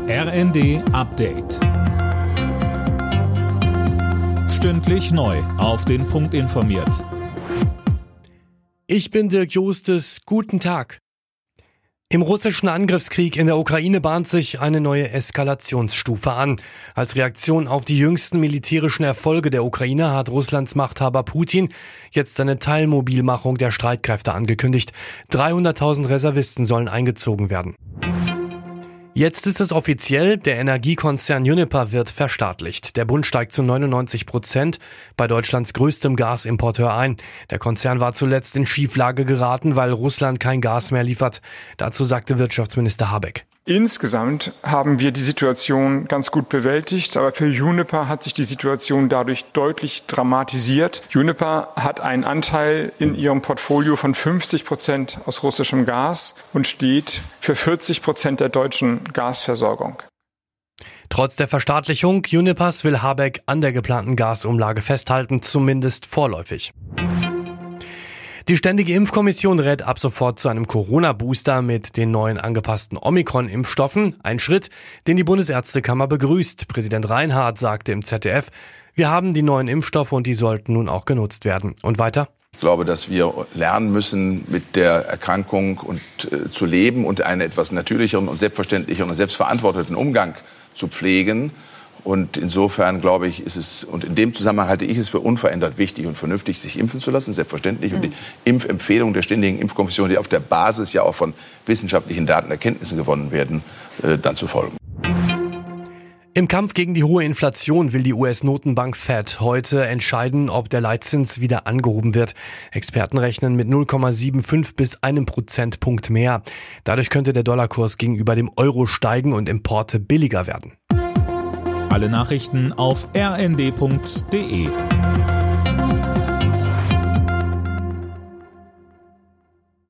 RND Update. Stündlich neu auf den Punkt informiert. Ich bin Dirk Justes. Guten Tag. Im russischen Angriffskrieg in der Ukraine bahnt sich eine neue Eskalationsstufe an. Als Reaktion auf die jüngsten militärischen Erfolge der Ukraine hat Russlands Machthaber Putin jetzt eine Teilmobilmachung der Streitkräfte angekündigt. 300.000 Reservisten sollen eingezogen werden. Jetzt ist es offiziell, der Energiekonzern Uniper wird verstaatlicht. Der Bund steigt zu 99% bei Deutschlands größtem Gasimporteur ein. Der Konzern war zuletzt in Schieflage geraten, weil Russland kein Gas mehr liefert. Dazu sagte Wirtschaftsminister Habeck. Insgesamt haben wir die Situation ganz gut bewältigt, aber für Uniper hat sich die Situation dadurch deutlich dramatisiert. Uniper hat einen Anteil in ihrem Portfolio von 50% aus russischem Gas und steht für 40% der deutschen Gasversorgung. Trotz der Verstaatlichung Unipers will Habeck an der geplanten Gasumlage festhalten, zumindest vorläufig. Die Ständige Impfkommission rät ab sofort zu einem Corona-Booster mit den neuen angepassten Omikron-Impfstoffen. Ein Schritt, den die Bundesärztekammer begrüßt. Präsident Reinhardt sagte im ZDF, wir haben die neuen Impfstoffe und die sollten nun auch genutzt werden. Und weiter? Ich glaube, dass wir lernen müssen, mit der Erkrankung und zu leben und einen etwas natürlicheren und selbstverständlicheren und selbstverantworteten Umgang zu pflegen. Und insofern glaube ich, ist es, und in dem Zusammenhang halte ich es für unverändert wichtig und vernünftig, sich impfen zu lassen, selbstverständlich. Und die Impfempfehlung der Ständigen Impfkommission, die auf der Basis ja auch von wissenschaftlichen Daten Erkenntnissen gewonnen werden, dann zu folgen. Im Kampf gegen die hohe Inflation will die US-Notenbank Fed heute entscheiden, ob der Leitzins wieder angehoben wird. Experten rechnen mit 0,75 bis 1 Prozentpunkt mehr. Dadurch könnte der Dollarkurs gegenüber dem Euro steigen und Importe billiger werden. Alle Nachrichten auf rnd.de.